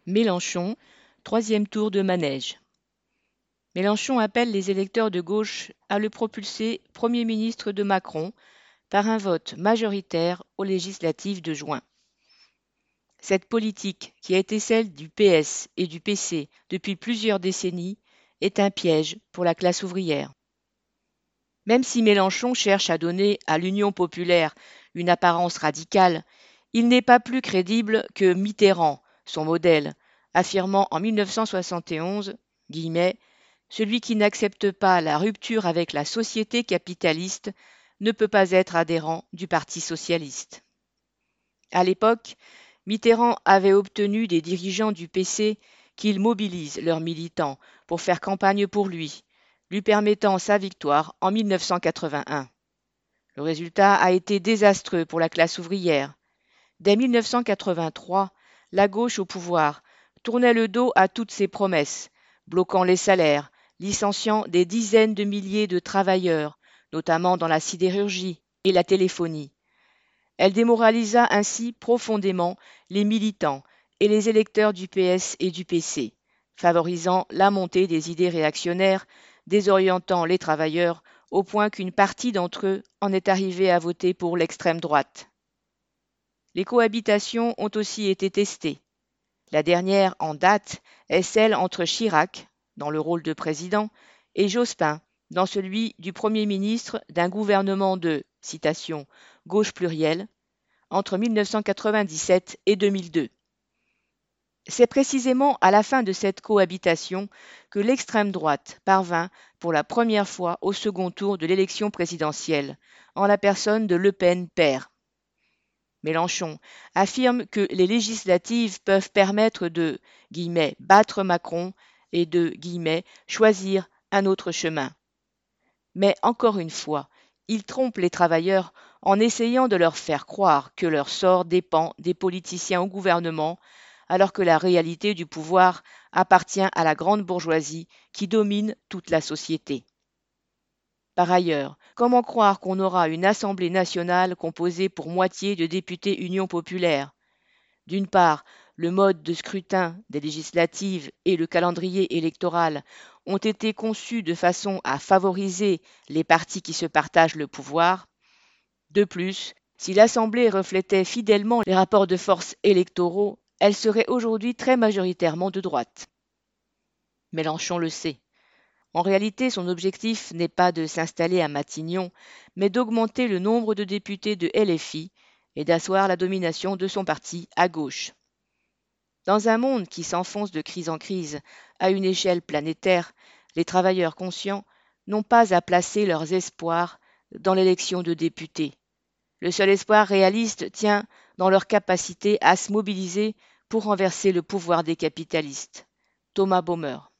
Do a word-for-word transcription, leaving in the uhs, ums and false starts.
Mélenchon, troisième tour de manège. Mélenchon appelle les électeurs de gauche à le propulser Premier ministre de Macron par un vote majoritaire aux législatives de juin. Cette politique, qui a été celle du P S et du P C depuis plusieurs décennies, est un piège pour la classe ouvrière. Même si Mélenchon cherche à donner à l'Union populaire une apparence radicale, il n'est pas plus crédible que Mitterrand, son modèle, affirmant en mille neuf cent soixante et onze, guillemets, celui qui n'accepte pas la rupture avec la société capitaliste ne peut pas être adhérent du Parti socialiste. À l'époque, Mitterrand avait obtenu des dirigeants du P C qu'ils mobilisent leurs militants pour faire campagne pour lui, lui permettant sa victoire en mille neuf cent quatre-vingt-un. Le résultat a été désastreux pour la classe ouvrière. Dès mille neuf cent quatre-vingt-trois, la gauche au pouvoir tournait le dos à toutes ses promesses, bloquant les salaires, licenciant des dizaines de milliers de travailleurs, notamment dans la sidérurgie et la téléphonie. Elle démoralisa ainsi profondément les militants et les électeurs du P S et du P C, favorisant la montée des idées réactionnaires, désorientant les travailleurs au point qu'une partie d'entre eux en est arrivée à voter pour l'extrême droite. Les cohabitations ont aussi été testées. La dernière en date est celle entre Chirac, dans le rôle de président, et Jospin, dans celui du Premier ministre d'un gouvernement de, citation, gauche plurielle, entre mille neuf cent quatre-vingt-dix-sept et deux mille deux. C'est précisément à la fin de cette cohabitation que l'extrême droite parvint pour la première fois au second tour de l'élection présidentielle, en la personne de Le Pen père. Mélenchon affirme que les législatives peuvent permettre de guillemets, battre Macron et de guillemets, choisir un autre chemin. Mais encore une fois, il trompe les travailleurs en essayant de leur faire croire que leur sort dépend des politiciens au gouvernement, alors que la réalité du pouvoir appartient à la grande bourgeoisie qui domine toute la société. Par ailleurs, comment croire qu'on aura une Assemblée nationale composée pour moitié de députés Union populaire? D'une part, le mode de scrutin des législatives et le calendrier électoral ont été conçus de façon à favoriser les partis qui se partagent le pouvoir. De plus, si l'Assemblée reflétait fidèlement les rapports de force électoraux, elle serait aujourd'hui très majoritairement de droite. Mélenchon le sait. En réalité, son objectif n'est pas de s'installer à Matignon, mais d'augmenter le nombre de députés de L F I et d'asseoir la domination de son parti à gauche. Dans un monde qui s'enfonce de crise en crise à une échelle planétaire, les travailleurs conscients n'ont pas à placer leurs espoirs dans l'élection de députés. Le seul espoir réaliste tient dans leur capacité à se mobiliser pour renverser le pouvoir des capitalistes. Thomas Baumer.